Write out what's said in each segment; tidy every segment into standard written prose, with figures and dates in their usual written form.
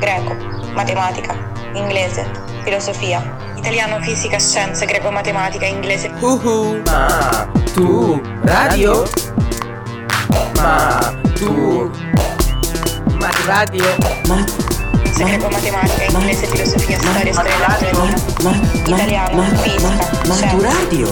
greco, matematica, inglese, filosofia, italiano, fisica, scienze, greco, matematica, inglese. Ma tu radio? Ma tu radio? Greco, matematica, inglese, filosofia, storia, letteratura, italiano, fisica, ma tu radio?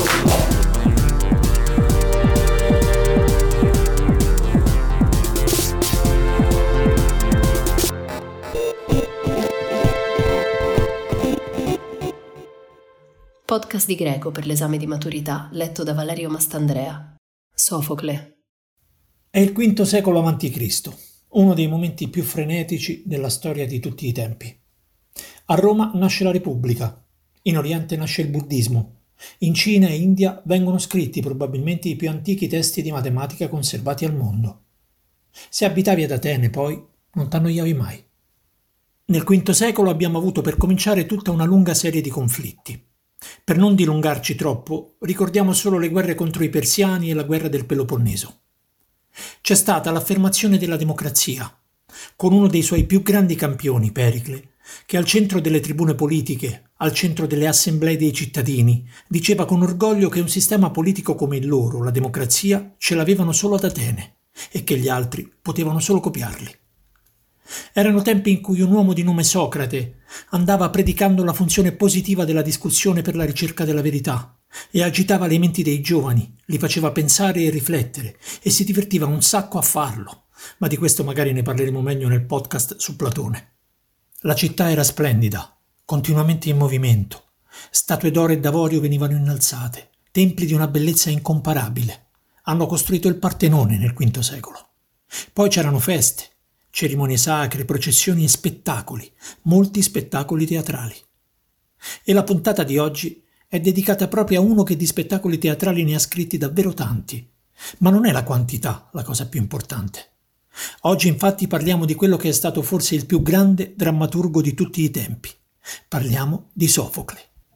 Podcast di greco per l'esame di maturità, letto da Valerio Mastandrea. Sofocle. È il V secolo a.C., uno dei momenti più frenetici della storia di tutti i tempi. A Roma nasce la Repubblica, in Oriente nasce il buddismo, in Cina e India vengono scritti probabilmente i più antichi testi di matematica conservati al mondo. Se abitavi ad Atene, poi, non t'annoiavi mai. Nel V secolo abbiamo avuto per cominciare tutta una lunga serie di conflitti. Per non dilungarci troppo, ricordiamo solo le guerre contro i persiani e la guerra del Peloponneso. C'è stata l'affermazione della democrazia, con uno dei suoi più grandi campioni, Pericle, che al centro delle tribune politiche, al centro delle assemblee dei cittadini, diceva con orgoglio che un sistema politico come il loro, la democrazia, ce l'avevano solo ad Atene e che gli altri potevano solo copiarli. Erano tempi in cui un uomo di nome Socrate andava predicando la funzione positiva della discussione per la ricerca della verità e agitava le menti dei giovani, li faceva pensare e riflettere e si divertiva un sacco a farlo, ma di questo magari ne parleremo meglio nel podcast su Platone. La città era splendida, continuamente in movimento, statue d'oro e d'avorio venivano innalzate, templi di una bellezza incomparabile. Hanno costruito il Partenone nel V secolo. Poi c'erano feste, cerimonie sacre, processioni e spettacoli, molti spettacoli teatrali. E la puntata di oggi è dedicata proprio a uno che di spettacoli teatrali ne ha scritti davvero tanti. Ma non è la quantità la cosa più importante. Oggi infatti parliamo di quello che è stato forse il più grande drammaturgo di tutti i tempi. Parliamo di Sofocle.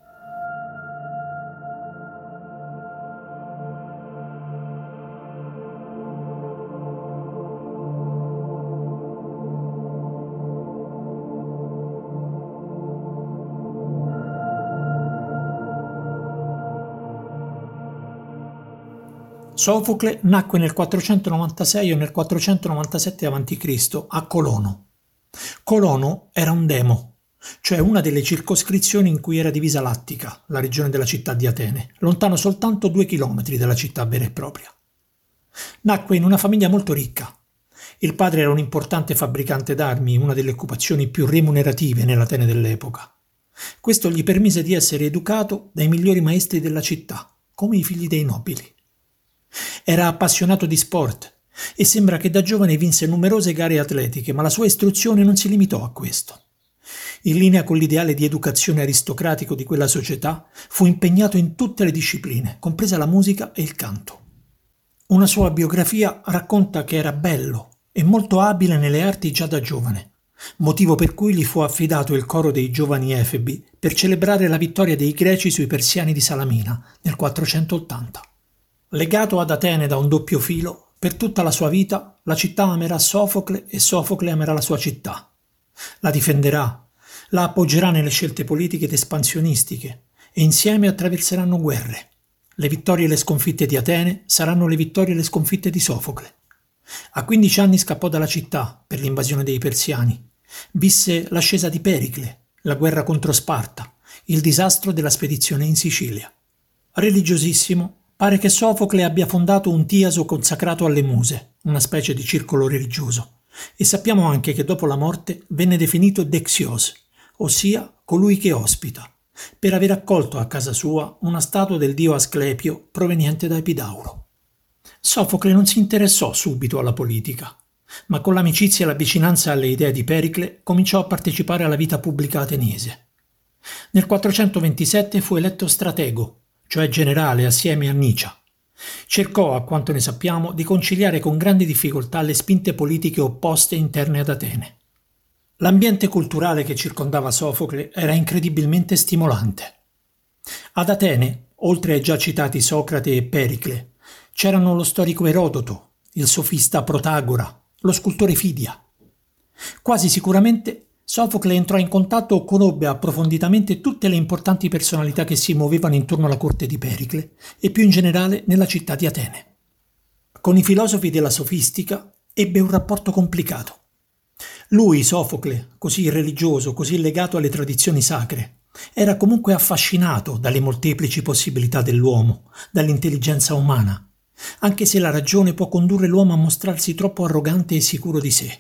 Sofocle nacque nel 496 o nel 497 a.C. a Colono. Colono era un demo, cioè una delle circoscrizioni in cui era divisa l'Attica, la regione della città di Atene, lontano soltanto 2 chilometri dalla città vera e propria. Nacque in una famiglia molto ricca. Il padre era un importante fabbricante d'armi, una delle occupazioni più remunerative nell'Atene dell'epoca. Questo gli permise di essere educato dai migliori maestri della città, come i figli dei nobili. Era appassionato di sport e sembra che da giovane vinse numerose gare atletiche, ma la sua istruzione non si limitò a questo. In linea con l'ideale di educazione aristocratico di quella società, fu impegnato in tutte le discipline, compresa la musica e il canto. Una sua biografia racconta che era bello e molto abile nelle arti già da giovane, motivo per cui gli fu affidato il coro dei giovani efebi per celebrare la vittoria dei Greci sui Persiani di Salamina nel 480. Legato ad Atene da un doppio filo, per tutta la sua vita la città amerà Sofocle e Sofocle amerà la sua città. La difenderà, la appoggerà nelle scelte politiche ed espansionistiche e insieme attraverseranno guerre. Le vittorie e le sconfitte di Atene saranno le vittorie e le sconfitte di Sofocle. A 15 anni scappò dalla città per l'invasione dei Persiani. Visse l'ascesa di Pericle, la guerra contro Sparta, il disastro della spedizione in Sicilia. Religiosissimo, pare che Sofocle abbia fondato un tiaso consacrato alle muse, una specie di circolo religioso, e sappiamo anche che dopo la morte venne definito Dexios, ossia colui che ospita, per aver accolto a casa sua una statua del dio Asclepio proveniente da Epidauro. Sofocle non si interessò subito alla politica, ma con l'amicizia e la vicinanza alle idee di Pericle cominciò a partecipare alla vita pubblica ateniese. Nel 427 fu eletto stratego, cioè generale assieme a Nicia. Cercò, a quanto ne sappiamo, di conciliare con grandi difficoltà le spinte politiche opposte interne ad Atene. L'ambiente culturale che circondava Sofocle era incredibilmente stimolante. Ad Atene, oltre ai già citati Socrate e Pericle, c'erano lo storico Erodoto, il sofista Protagora, lo scultore Fidia. Quasi sicuramente Sofocle entrò in contatto o conobbe approfonditamente tutte le importanti personalità che si muovevano intorno alla corte di Pericle e più in generale nella città di Atene. Con i filosofi della sofistica ebbe un rapporto complicato. Lui, Sofocle, così religioso, così legato alle tradizioni sacre, era comunque affascinato dalle molteplici possibilità dell'uomo, dall'intelligenza umana, anche se la ragione può condurre l'uomo a mostrarsi troppo arrogante e sicuro di sé.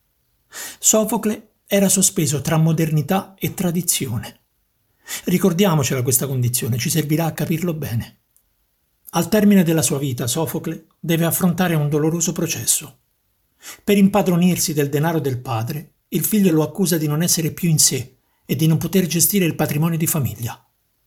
Sofocle era sospeso tra modernità e tradizione. Ricordiamocela questa condizione, ci servirà a capirlo bene. Al termine della sua vita, Sofocle deve affrontare un doloroso processo. Per impadronirsi del denaro del padre, il figlio lo accusa di non essere più in sé e di non poter gestire il patrimonio di famiglia.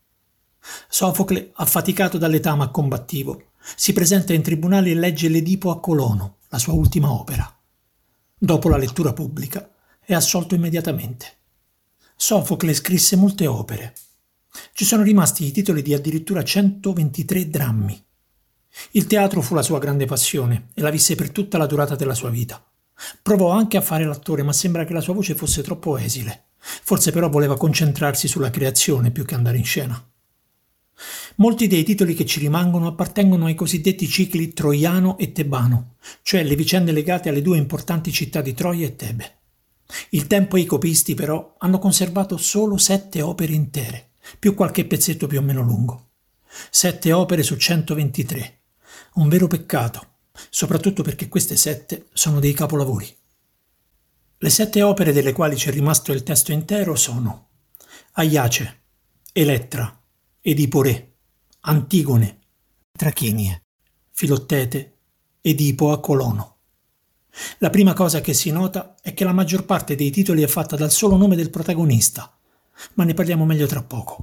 Sofocle, affaticato dall'età ma combattivo, si presenta in tribunale e legge l'Edipo a Colono, la sua ultima opera. Dopo la lettura pubblica, è assolto immediatamente. Sofocle scrisse molte opere. Ci sono rimasti i titoli di addirittura 123 drammi. Il teatro fu la sua grande passione e la visse per tutta la durata della sua vita. Provò anche a fare l'attore, ma sembra che la sua voce fosse troppo esile. Forse però voleva concentrarsi sulla creazione più che andare in scena. Molti dei titoli che ci rimangono appartengono ai cosiddetti cicli troiano e tebano, cioè le vicende legate alle due importanti città di Troia e Tebe. Il tempo e i copisti, però, hanno conservato solo 7 opere intere, più qualche pezzetto più o meno lungo. 7 opere su 123. Un vero peccato, soprattutto perché queste 7 sono dei capolavori. Le 7 opere delle quali c'è rimasto il testo intero sono Aiace, Elettra, Edipo Re, Antigone, Trachinie, Filottete, Edipo a Colono. La prima cosa che si nota è che la maggior parte dei titoli è fatta dal solo nome del protagonista, ma ne parliamo meglio tra poco.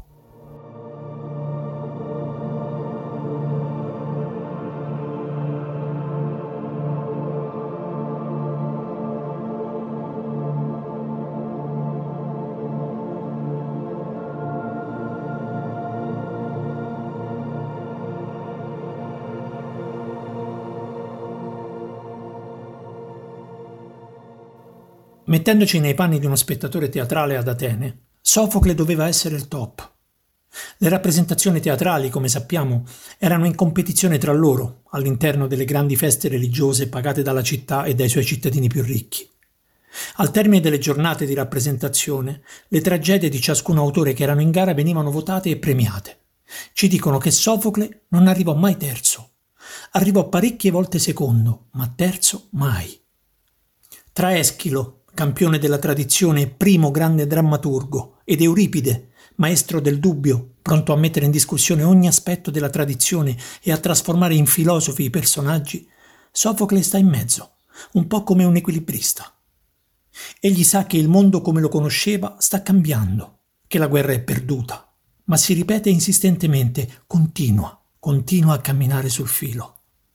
Mettendoci nei panni di uno spettatore teatrale ad Atene, Sofocle doveva essere il top. Le rappresentazioni teatrali, come sappiamo, erano in competizione tra loro all'interno delle grandi feste religiose pagate dalla città e dai suoi cittadini più ricchi. Al termine delle giornate di rappresentazione, le tragedie di ciascun autore che erano in gara venivano votate e premiate. Ci dicono che Sofocle non arrivò mai terzo. Arrivò parecchie volte secondo, ma terzo mai. Tra Eschilo, campione della tradizione e primo grande drammaturgo, ed Euripide, maestro del dubbio, pronto a mettere in discussione ogni aspetto della tradizione e a trasformare in filosofi i personaggi, Sofocle sta in mezzo, un po' come un equilibrista. Egli sa che il mondo come lo conosceva sta cambiando, che la guerra è perduta, ma si ripete insistentemente, continua a camminare sul filo.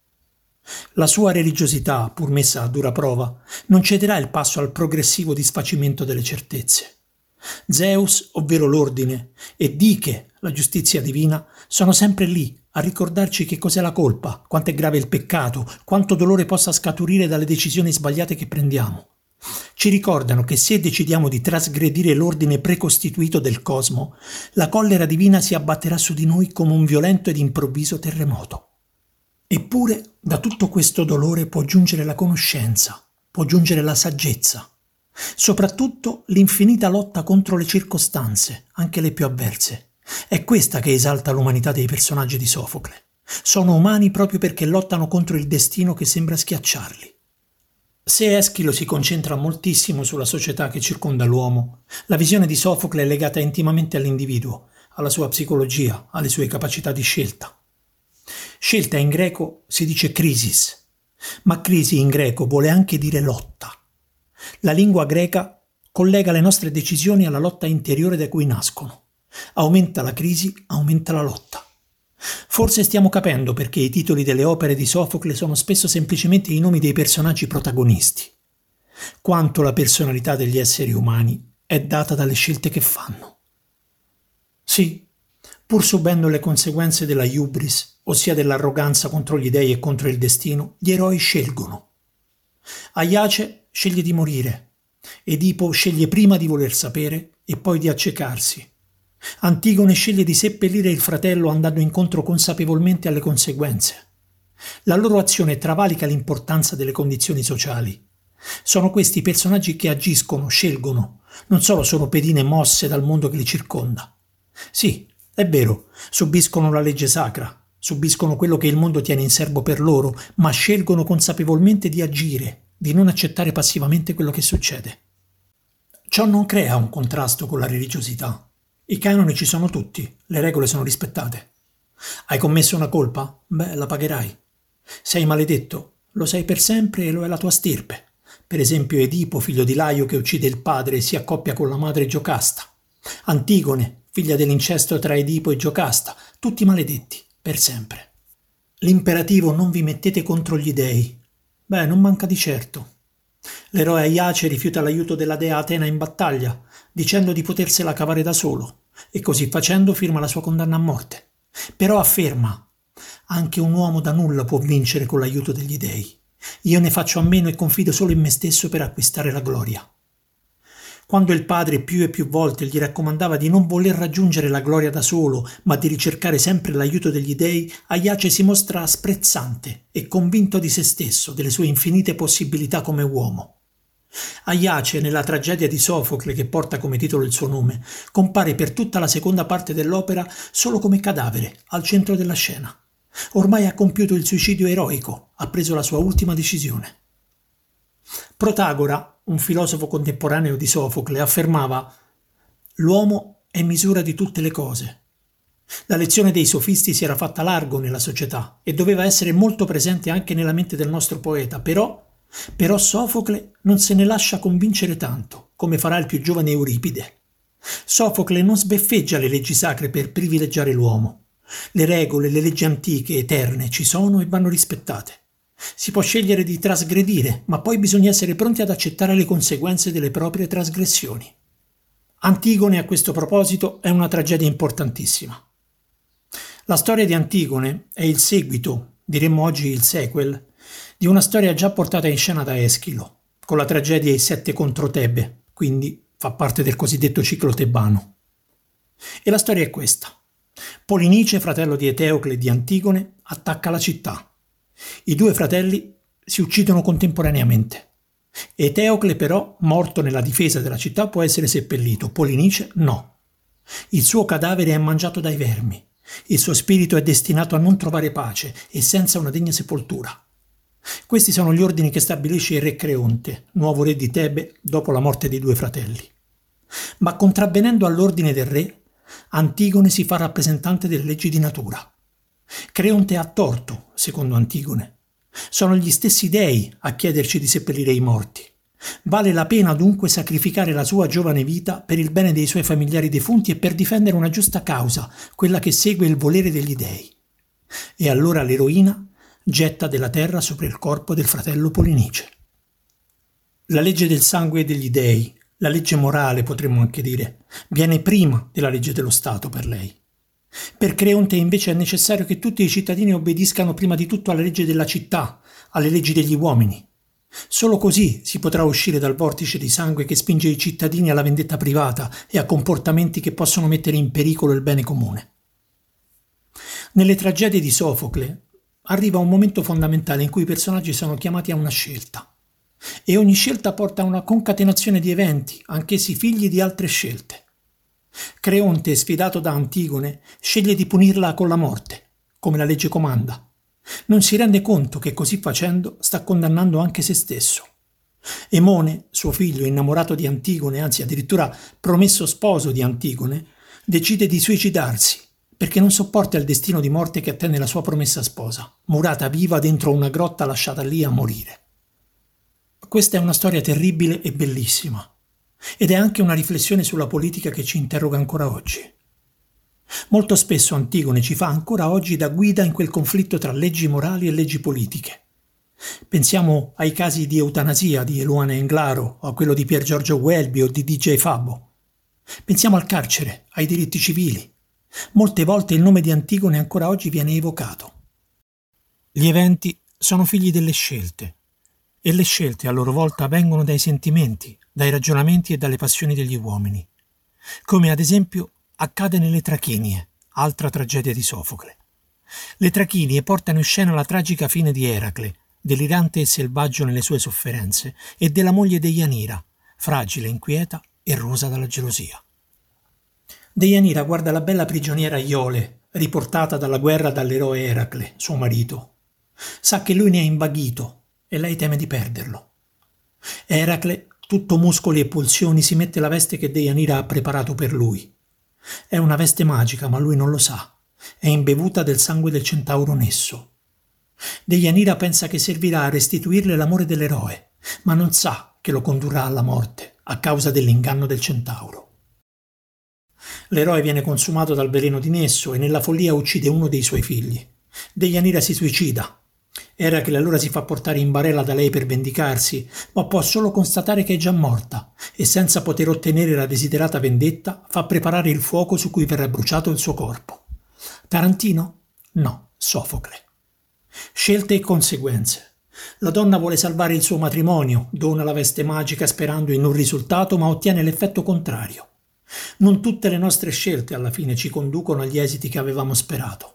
La sua religiosità, pur messa a dura prova, non cederà il passo al progressivo disfacimento delle certezze. Zeus, ovvero l'ordine, e Dike, la giustizia divina, sono sempre lì a ricordarci che cos'è la colpa, quanto è grave il peccato, quanto dolore possa scaturire dalle decisioni sbagliate che prendiamo. Ci ricordano che se decidiamo di trasgredire l'ordine precostituito del cosmo, la collera divina si abbatterà su di noi come un violento ed improvviso terremoto. Eppure da tutto questo dolore può giungere la conoscenza, può giungere la saggezza, soprattutto l'infinita lotta contro le circostanze, anche le più avverse. È questa che esalta l'umanità dei personaggi di Sofocle. Sono umani proprio perché lottano contro il destino che sembra schiacciarli. Se Eschilo si concentra moltissimo sulla società che circonda l'uomo, la visione di Sofocle è legata intimamente all'individuo, alla sua psicologia, alle sue capacità di scelta. Scelta in greco si dice crisis, ma crisi in greco vuole anche dire lotta. La lingua greca collega le nostre decisioni alla lotta interiore da cui nascono. Aumenta la crisi, aumenta la lotta. Forse stiamo capendo perché i titoli delle opere di Sofocle sono spesso semplicemente i nomi dei personaggi protagonisti. Quanto la personalità degli esseri umani è data dalle scelte che fanno. Sì, pur subendo le conseguenze della hubris, ossia dell'arroganza contro gli dei e contro il destino, gli eroi scelgono. Aiace sceglie di morire, Edipo sceglie prima di voler sapere e poi di accecarsi. Antigone sceglie di seppellire il fratello andando incontro consapevolmente alle conseguenze. La loro azione travalica l'importanza delle condizioni sociali. Sono questi i personaggi che agiscono, scelgono, non solo sono pedine mosse dal mondo che li circonda. Sì, è vero, subiscono la legge sacra, subiscono quello che il mondo tiene in serbo per loro, ma scelgono consapevolmente di agire, di non accettare passivamente quello che succede. Ciò non crea un contrasto con la religiosità. I canoni ci sono tutti, le regole sono rispettate. Hai commesso una colpa? Beh, la pagherai. Sei maledetto? Lo sei per sempre e lo è la tua stirpe. Per esempio Edipo, figlio di Laio che uccide il padre e si accoppia con la madre Giocasta. Antigone, figlia dell'incesto tra Edipo e Giocasta, tutti maledetti, per sempre. L'imperativo non vi mettete contro gli dei. Beh, non manca di certo. L'eroe Aiace rifiuta l'aiuto della dea Atena in battaglia, dicendo di potersela cavare da solo, e così facendo firma la sua condanna a morte. Però afferma: anche un uomo da nulla può vincere con l'aiuto degli dei. Io ne faccio a meno e confido solo in me stesso per acquistare la gloria. Quando il padre più e più volte gli raccomandava di non voler raggiungere la gloria da solo, ma di ricercare sempre l'aiuto degli dei, Aiace si mostra sprezzante e convinto di se stesso, delle sue infinite possibilità come uomo. Aiace, nella tragedia di Sofocle che porta come titolo il suo nome, compare per tutta la seconda parte dell'opera solo come cadavere, al centro della scena. Ormai ha compiuto il suicidio eroico, ha preso la sua ultima decisione. Protagora, un filosofo contemporaneo di Sofocle, affermava: l'uomo è misura di tutte le cose. La lezione dei sofisti si era fatta largo nella società e doveva essere molto presente anche nella mente del nostro poeta, però Sofocle non se ne lascia convincere tanto, come farà il più giovane Euripide. Sofocle non sbeffeggia le leggi sacre per privilegiare l'uomo. Le regole, le leggi antiche, eterne, ci sono e vanno rispettate. Si può scegliere di trasgredire, ma poi bisogna essere pronti ad accettare le conseguenze delle proprie trasgressioni. Antigone, a questo proposito, è una tragedia importantissima. La storia di Antigone è il seguito, diremmo oggi il sequel, di una storia già portata in scena da Eschilo, con la tragedia I Sette contro Tebe, quindi fa parte del cosiddetto ciclo tebano. E la storia è questa. Polinice, fratello di Eteocle e di Antigone, attacca la città. I due fratelli si uccidono contemporaneamente. Eteocle però, morto nella difesa della città, può essere seppellito, Polinice no. Il suo cadavere è mangiato dai vermi. Il suo spirito è destinato a non trovare pace e senza una degna sepoltura. Questi sono gli ordini che stabilisce il re Creonte, nuovo re di Tebe dopo la morte dei due fratelli. Ma contravvenendo all'ordine del re, Antigone si fa rappresentante delle leggi di natura. Creonte ha torto, secondo Antigone. Sono gli stessi dei a chiederci di seppellire i morti. Vale la pena dunque sacrificare la sua giovane vita per il bene dei suoi familiari defunti e per difendere una giusta causa, quella che segue il volere degli dei. E allora l'eroina getta della terra sopra il corpo del fratello Polinice. La legge del sangue e degli dei, la legge morale potremmo anche dire, viene prima della legge dello Stato per lei. Per Creonte invece è necessario che tutti i cittadini obbediscano prima di tutto alla legge della città, alle leggi degli uomini. Solo così si potrà uscire dal vortice di sangue che spinge i cittadini alla vendetta privata e a comportamenti che possono mettere in pericolo il bene comune. Nelle tragedie di Sofocle arriva un momento fondamentale in cui i personaggi sono chiamati a una scelta. E ogni scelta porta a una concatenazione di eventi, anch'essi figli di altre scelte. Creonte, sfidato da Antigone, sceglie di punirla con la morte, come la legge comanda. Non si rende conto che così facendo sta condannando anche se stesso. Emone, suo figlio innamorato di Antigone, anzi addirittura promesso sposo di Antigone, decide di suicidarsi perché non sopporta il destino di morte che attende la sua promessa sposa, murata viva dentro una grotta lasciata lì a morire. Questa è una storia terribile e bellissima. Ed è anche una riflessione sulla politica che ci interroga ancora oggi. Molto spesso Antigone ci fa ancora oggi da guida in quel conflitto tra leggi morali e leggi politiche. Pensiamo ai casi di eutanasia di Eluana Englaro, o a quello di Pier Giorgio Welby o di DJ Fabbo. Pensiamo al carcere, ai diritti civili. Molte volte il nome di Antigone ancora oggi viene evocato. Gli eventi sono figli delle scelte, e le scelte a loro volta vengono dai sentimenti, dai ragionamenti e dalle passioni degli uomini, come ad esempio accade nelle Trachinie, altra tragedia di Sofocle. Le Trachinie portano in scena la tragica fine di Eracle, delirante e selvaggio nelle sue sofferenze, e della moglie Deianira, fragile, inquieta e rosa dalla gelosia. Deianira guarda la bella prigioniera Iole, riportata dalla guerra dall'eroe Eracle, suo marito. Sa che lui ne è invaghito e lei teme di perderlo. Eracle, tutto muscoli e pulsioni, si mette la veste che Deianira ha preparato per lui. È una veste magica, ma lui non lo sa. È imbevuta del sangue del centauro Nesso. Deianira pensa che servirà a restituirle l'amore dell'eroe, ma non sa che lo condurrà alla morte a causa dell'inganno del centauro. L'eroe viene consumato dal veleno di Nesso e nella follia uccide uno dei suoi figli. Deianira si suicida. Eracle allora si fa portare in barella da lei per vendicarsi, ma può solo constatare che è già morta e senza poter ottenere la desiderata vendetta fa preparare il fuoco su cui verrà bruciato il suo corpo. Tarantino? No, Sofocle. Scelte e conseguenze. La donna vuole salvare il suo matrimonio, dona la veste magica sperando in un risultato, ma ottiene l'effetto contrario. Non tutte le nostre scelte alla fine ci conducono agli esiti che avevamo sperato.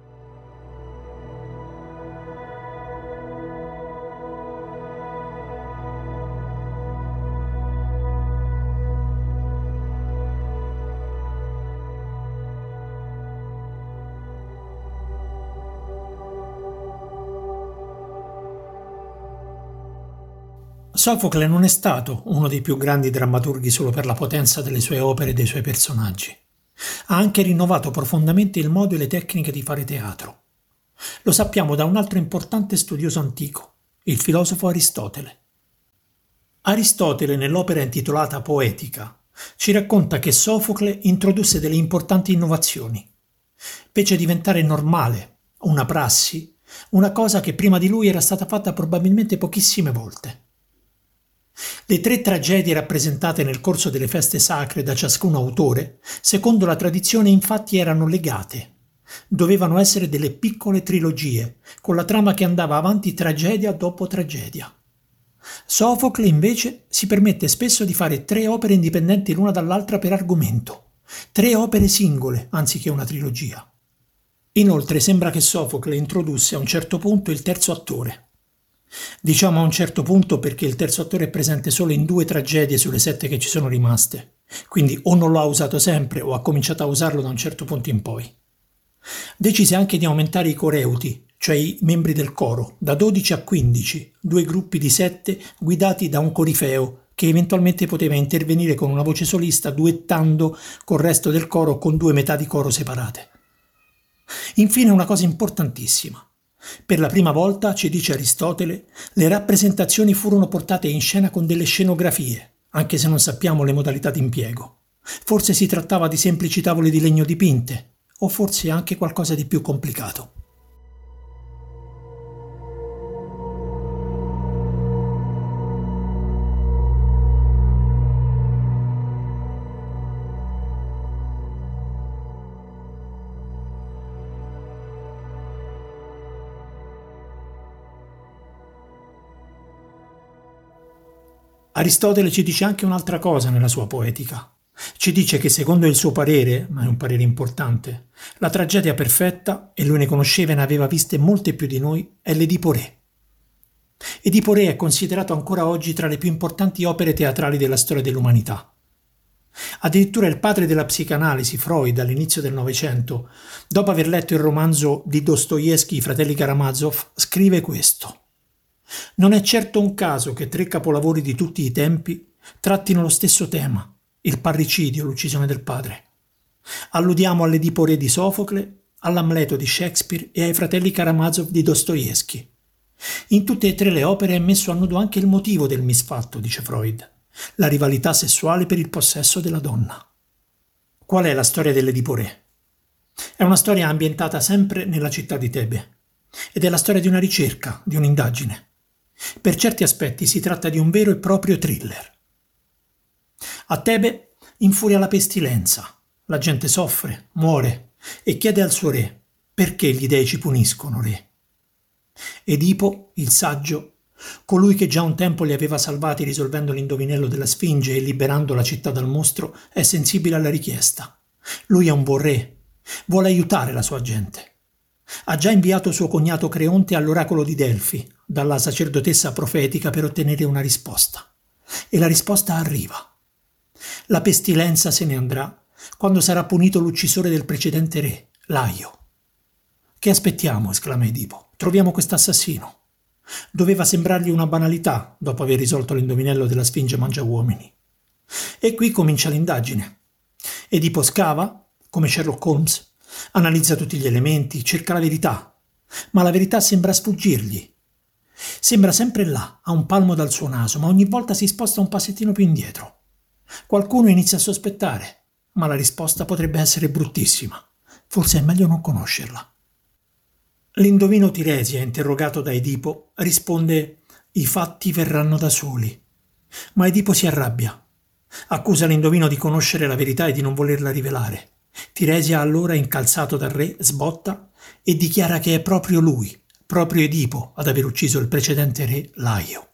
Sofocle non è stato uno dei più grandi drammaturghi solo per la potenza delle sue opere e dei suoi personaggi. Ha anche rinnovato profondamente il modo e le tecniche di fare teatro. Lo sappiamo da un altro importante studioso antico, il filosofo Aristotele. Aristotele, nell'opera intitolata Poetica, ci racconta che Sofocle introdusse delle importanti innovazioni. Fece diventare normale, una prassi, una cosa che prima di lui era stata fatta probabilmente pochissime volte. Le 3 tragedie rappresentate nel corso delle feste sacre da ciascun autore, secondo la tradizione infatti erano legate. Dovevano essere delle piccole trilogie, con la trama che andava avanti tragedia dopo tragedia. Sofocle invece si permette spesso di fare 3 opere indipendenti l'una dall'altra per argomento, 3 opere singole anziché una trilogia. Inoltre sembra che Sofocle introdusse a un certo punto il terzo attore. Diciamo a un certo punto perché il terzo attore è presente solo in 2 tragedie sulle 7 che ci sono rimaste, quindi o non lo ha usato sempre o ha cominciato a usarlo da un certo punto in poi. Decise anche di aumentare i coreuti, cioè i membri del coro, da 12 a 15, 2 gruppi di 7 guidati da un corifeo che eventualmente poteva intervenire con una voce solista duettando col resto del coro o con 2 metà di coro separate. Infine una cosa importantissima. Per la prima volta, ci dice Aristotele, le rappresentazioni furono portate in scena con delle scenografie, anche se non sappiamo le modalità di impiego. Forse si trattava di semplici tavole di legno dipinte, o forse anche qualcosa di più complicato. Aristotele ci dice anche un'altra cosa nella sua Poetica. Ci dice che secondo il suo parere, ma è un parere importante, la tragedia perfetta, e lui ne conosceva e ne aveva viste molte più di noi, è l'Edipo Re. Edipo Re è considerato ancora oggi tra le più importanti opere teatrali della storia dell'umanità. Addirittura il padre della psicanalisi, Freud, all'inizio del Novecento, dopo aver letto il romanzo di Dostoevskij, I fratelli Karamazov, scrive questo. Non è certo un caso che 3 capolavori di tutti i tempi trattino lo stesso tema, il parricidio, l'uccisione del padre. Alludiamo all'Edipo Re di Sofocle, all'Amleto di Shakespeare e ai fratelli Karamazov di Dostoevskij. In tutte e 3 le opere è messo a nudo anche il motivo del misfatto, dice Freud, la rivalità sessuale per il possesso della donna. Qual è la storia dell'Edipo Re? È una storia ambientata sempre nella città di Tebe ed è la storia di una ricerca, di un'indagine. Per certi aspetti si tratta di un vero e proprio thriller. A Tebe infuria la pestilenza, la gente soffre, muore e chiede al suo re: perché gli dei ci puniscono, re? Edipo, il saggio, Colui che già un tempo li aveva salvati risolvendo l'indovinello della Sfinge e liberando la città dal mostro è sensibile alla richiesta. Lui è un buon re, vuole aiutare la sua gente. Ha già inviato suo cognato Creonte all'oracolo di Delfi, dalla sacerdotessa profetica, per ottenere una risposta. E la risposta arriva. La pestilenza se ne andrà quando sarà punito l'uccisore del precedente re, Laio. «Che aspettiamo?» esclama Edipo. «Troviamo quest'assassino». Doveva sembrargli una banalità dopo aver risolto l'indovinello della Sfinge Mangiauomini. E qui comincia l'indagine. Edipo scava, come Sherlock Holmes, analizza tutti gli elementi, cerca la verità, ma la verità sembra sfuggirgli. Sembra sempre là, a un palmo dal suo naso, ma ogni volta si sposta un passettino più indietro. Qualcuno inizia a sospettare, ma la risposta potrebbe essere bruttissima. Forse è meglio non conoscerla. L'indovino Tiresia, interrogato da Edipo, risponde: «I fatti verranno da soli». Ma Edipo si arrabbia. Accusa l'indovino di conoscere la verità e di non volerla rivelare. Tiresia, allora incalzato dal re, sbotta e dichiara che è proprio lui, proprio Edipo, ad aver ucciso il precedente re Laio.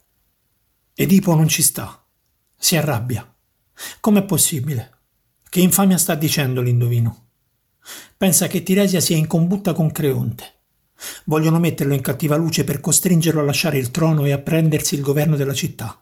Edipo non ci sta. Si arrabbia. Com'è possibile? Che infamia sta dicendo l'indovino? Pensa che Tiresia sia in combutta con Creonte. Vogliono metterlo in cattiva luce per costringerlo a lasciare il trono e a prendersi il governo della città.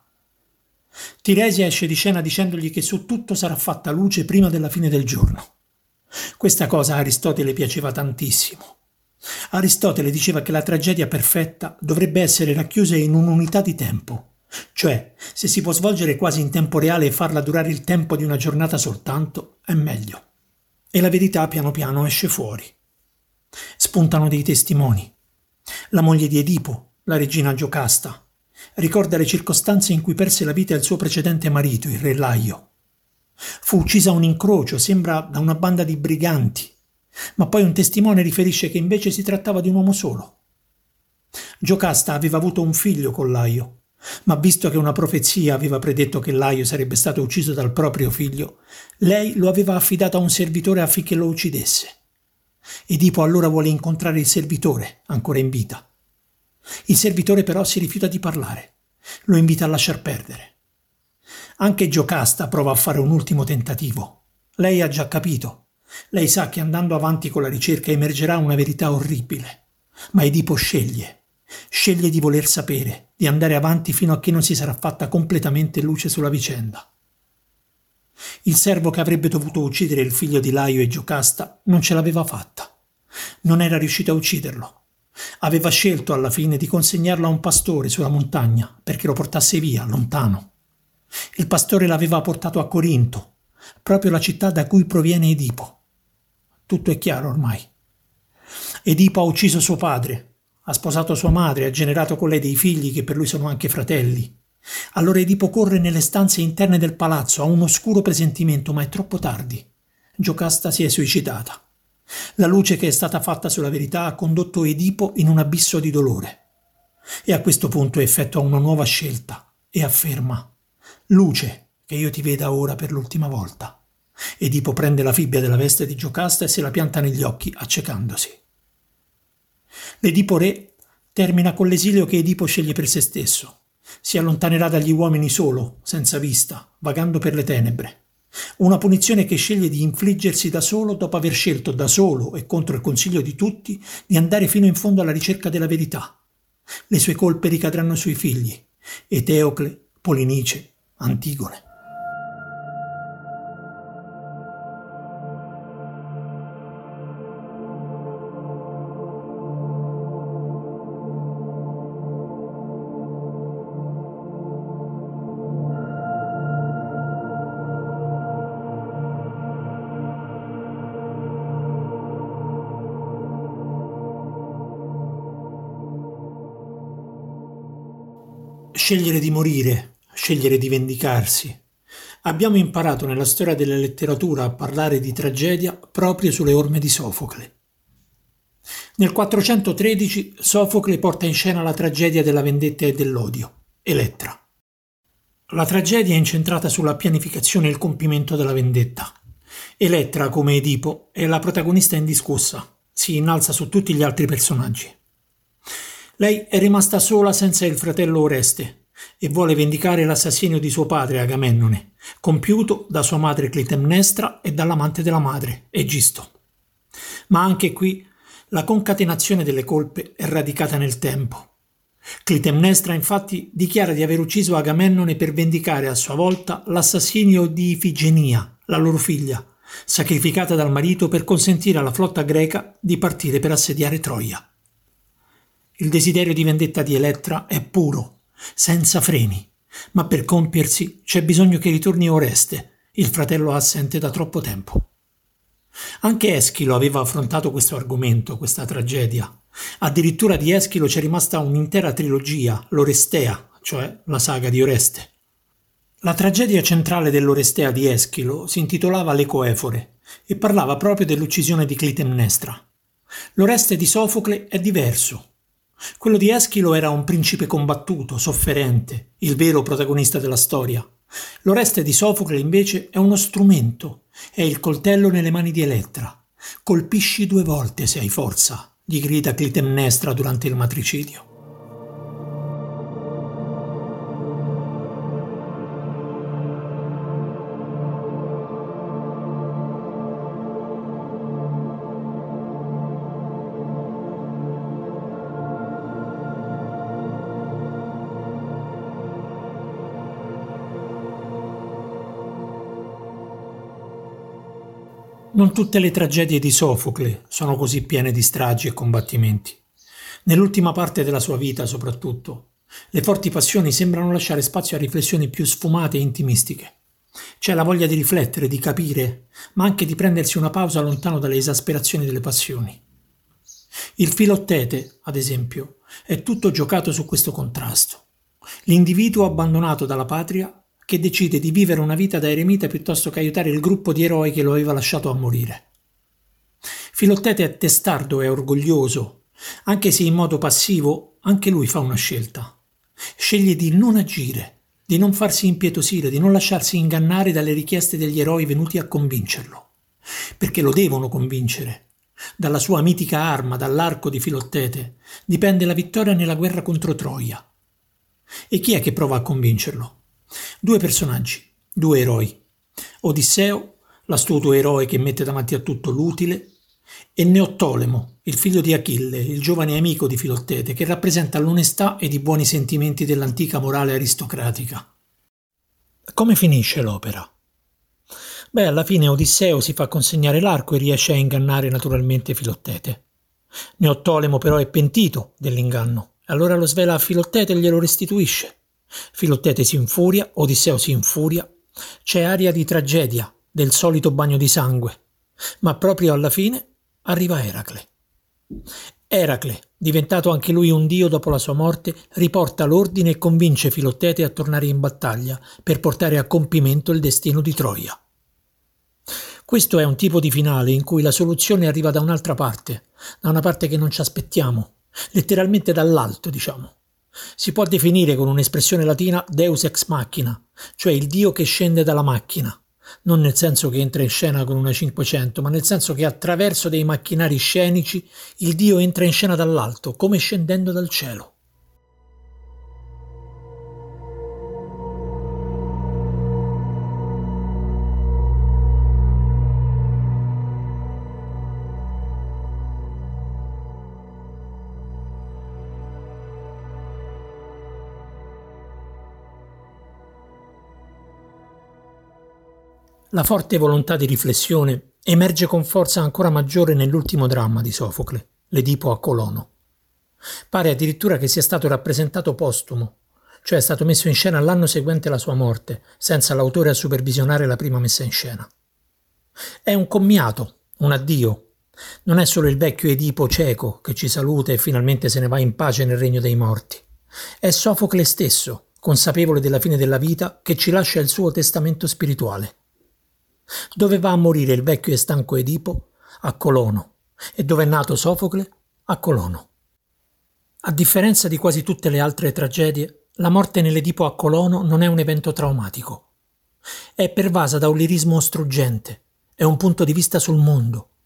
Tiresia esce di scena dicendogli che su tutto sarà fatta luce prima della fine del giorno. Questa cosa a Aristotele piaceva tantissimo. Aristotele diceva che la tragedia perfetta dovrebbe essere racchiusa in un'unità di tempo, cioè se si può svolgere quasi in tempo reale e farla durare il tempo di una giornata soltanto, è meglio. E la verità piano piano esce fuori. Spuntano dei testimoni. La moglie di Edipo, la regina Giocasta, ricorda le circostanze in cui perse la vita il suo precedente marito, il re Laio. Fu uccisa a un incrocio, sembra da una banda di briganti, ma poi un testimone riferisce che invece si trattava di un uomo solo. Giocasta aveva avuto un figlio con Laio, ma visto che una profezia aveva predetto che Laio sarebbe stato ucciso dal proprio figlio, lei lo aveva affidato a un servitore affinché lo uccidesse. Edipo allora vuole incontrare il servitore, ancora in vita. Il servitore però si rifiuta di parlare. Lo invita a lasciar perdere. Anche Giocasta prova a fare un ultimo tentativo. Lei ha già capito. Lei sa che andando avanti con la ricerca emergerà una verità orribile. Ma Edipo sceglie di voler sapere, di andare avanti fino a che non si sarà fatta completamente luce sulla vicenda. Il servo che avrebbe dovuto uccidere il figlio di Laio e Giocasta non ce l'aveva fatta. Non era riuscito a ucciderlo. Aveva scelto alla fine di consegnarlo a un pastore sulla montagna perché lo portasse via, lontano. Il pastore l'aveva portato a Corinto, proprio la città da cui proviene Edipo. Tutto è chiaro ormai. Edipo ha ucciso suo padre, ha sposato sua madre, ha generato con lei dei figli che per lui sono anche fratelli. Allora Edipo corre nelle stanze interne del palazzo, ha un oscuro presentimento, ma è troppo tardi. Giocasta si è suicidata. La luce che è stata fatta sulla verità ha condotto Edipo in un abisso di dolore. E a questo punto effettua una nuova scelta e afferma: «Luce, che io ti veda ora per l'ultima volta». Edipo prende la fibbia della veste di Giocasta e se la pianta negli occhi, accecandosi. L'Edipo re termina con l'esilio che Edipo sceglie per se stesso. Si allontanerà dagli uomini solo, senza vista, vagando per le tenebre. Una punizione che sceglie di infliggersi da solo dopo aver scelto da solo e contro il consiglio di tutti di andare fino in fondo alla ricerca della verità. Le sue colpe ricadranno sui figli, Eteocle, Polinice, Antigone. Scegliere di morire, scegliere di vendicarsi. Abbiamo imparato nella storia della letteratura a parlare di tragedia proprio sulle orme di Sofocle. Nel 413 Sofocle porta in scena la tragedia della vendetta e dell'odio, Elettra. La tragedia è incentrata sulla pianificazione e il compimento della vendetta. Elettra, come Edipo, è la protagonista indiscussa, si innalza su tutti gli altri personaggi. Lei è rimasta sola senza il fratello Oreste e vuole vendicare l'assassinio di suo padre Agamennone, compiuto da sua madre Clitemnestra e dall'amante della madre, Egisto. Ma anche qui la concatenazione delle colpe è radicata nel tempo. Clitemnestra infatti dichiara di aver ucciso Agamennone per vendicare a sua volta l'assassinio di Ifigenia, la loro figlia, sacrificata dal marito per consentire alla flotta greca di partire per assediare Troia. Il desiderio di vendetta di Elettra è puro, senza freni, ma per compiersi c'è bisogno che ritorni Oreste, il fratello assente da troppo tempo. Anche Eschilo aveva affrontato questo argomento, questa tragedia. Addirittura di Eschilo c'è rimasta un'intera trilogia, l'Orestea, cioè la saga di Oreste. La tragedia centrale dell'Orestea di Eschilo si intitolava L'Ecoefore e parlava proprio dell'uccisione di Clitemnestra. L'Oreste di Sofocle è diverso. Quello di Eschilo era un principe combattuto, sofferente, il vero protagonista della storia. L'Oreste di Sofocle invece è uno strumento, è il coltello nelle mani di Elettra. Colpisci 2 volte se hai forza, gli grida Clitemnestra durante il matricidio. Non tutte le tragedie di Sofocle sono così piene di stragi e combattimenti. Nell'ultima parte della sua vita, soprattutto, le forti passioni sembrano lasciare spazio a riflessioni più sfumate e intimistiche. C'è la voglia di riflettere, di capire, ma anche di prendersi una pausa lontano dalle esasperazioni delle passioni. Il Filottete, ad esempio, è tutto giocato su questo contrasto. L'individuo abbandonato dalla patria che decide di vivere una vita da eremita piuttosto che aiutare il gruppo di eroi che lo aveva lasciato a morire. Filottete è testardo e orgoglioso, anche se in modo passivo anche lui fa una scelta. Sceglie di non agire, di non farsi impietosire, di non lasciarsi ingannare dalle richieste degli eroi venuti a convincerlo, perché lo devono convincere. Dalla sua mitica arma, dall'arco di Filottete, dipende la vittoria nella guerra contro Troia. E chi è che prova a convincerlo? 2 personaggi, 2 eroi. Odisseo, l'astuto eroe che mette davanti a tutto l'utile, e Neottolemo, il figlio di Achille, il giovane amico di Filottete, che rappresenta l'onestà ed i buoni sentimenti dell'antica morale aristocratica. Come finisce l'opera? Alla fine Odisseo si fa consegnare l'arco e riesce a ingannare naturalmente Filottete. Neottolemo però è pentito dell'inganno, allora lo svela a Filottete e glielo restituisce. Filottete si infuria, Odisseo si infuria, c'è aria di tragedia, del solito bagno di sangue, ma proprio alla fine arriva Eracle. Eracle, diventato anche lui un dio dopo la sua morte, riporta l'ordine e convince Filottete a tornare in battaglia per portare a compimento il destino di Troia. Questo è un tipo di finale in cui la soluzione arriva da un'altra parte, da una parte che non ci aspettiamo, letteralmente dall'alto, diciamo. Si può definire con un'espressione latina Deus ex machina, cioè il Dio che scende dalla macchina, non nel senso che entra in scena con una 500, ma nel senso che attraverso dei macchinari scenici il Dio entra in scena dall'alto, come scendendo dal cielo. La forte volontà di riflessione emerge con forza ancora maggiore nell'ultimo dramma di Sofocle, l'Edipo a Colono. Pare addirittura che sia stato rappresentato postumo, cioè è stato messo in scena l'anno seguente la sua morte, senza l'autore a supervisionare la prima messa in scena. È un commiato, un addio. Non è solo il vecchio Edipo cieco che ci saluta e finalmente se ne va in pace nel regno dei morti. È Sofocle stesso, consapevole della fine della vita, che ci lascia il suo testamento spirituale. Dove va a morire il vecchio e stanco Edipo? A Colono. E dove è nato Sofocle? A Colono. A differenza di quasi tutte le altre tragedie, la morte nell'Edipo a Colono non è un evento traumatico. È pervasa da un lirismo struggente, è un punto di vista sul mondo.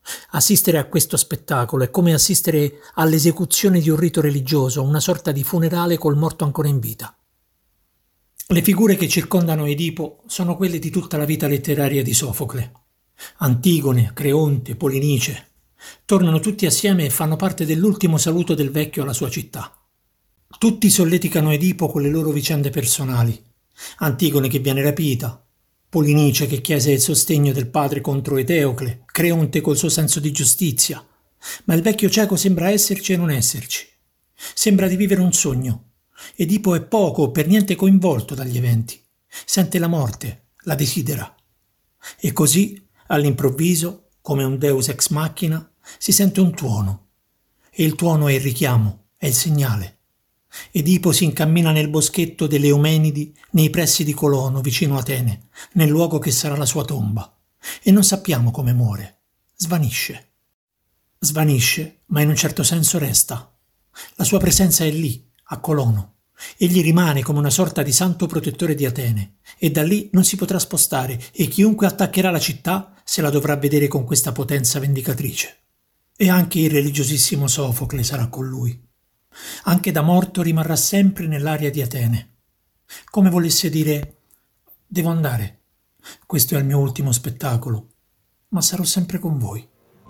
Assistere a questo spettacolo è come assistere all'esecuzione di un rito religioso, una sorta di funerale col morto ancora in vita. Le figure che circondano Edipo sono quelle di tutta la vita letteraria di Sofocle. Antigone, Creonte, Polinice tornano tutti assieme e fanno parte dell'ultimo saluto del vecchio alla sua città. Tutti solleticano Edipo con le loro vicende personali. Antigone che viene rapita, Polinice che chiese il sostegno del padre contro Eteocle, Creonte col suo senso di giustizia. Ma il vecchio cieco sembra esserci e non esserci. Sembra di vivere un sogno. Edipo è poco o per niente coinvolto dagli eventi. Sente la morte, la desidera. E così, all'improvviso, come un deus ex machina, si sente un tuono. E il tuono è il richiamo, è il segnale. Edipo si incammina nel boschetto delle Eumenidi, nei pressi di Colono, vicino a Atene, nel luogo che sarà la sua tomba. E non sappiamo come muore. Svanisce. Svanisce, ma in un certo senso resta. La sua presenza è lì, a Colono. Egli rimane come una sorta di santo protettore di Atene, e da lì non si potrà spostare, e chiunque attaccherà la città se la dovrà vedere con questa potenza vendicatrice. E anche il religiosissimo Sofocle sarà con lui. Anche da morto rimarrà sempre nell'aria di Atene. Come volesse dire: devo andare, questo è il mio ultimo spettacolo, ma sarò sempre con voi.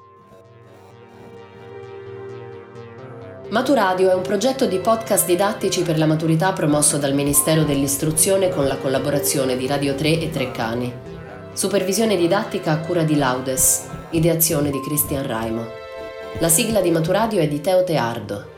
Maturadio è un progetto di podcast didattici per la maturità promosso dal Ministero dell'Istruzione con la collaborazione di Radio 3 e Treccani. Supervisione didattica a cura di Laudes, ideazione di Cristian Raimo. La sigla di Maturadio è di Teo Teardo.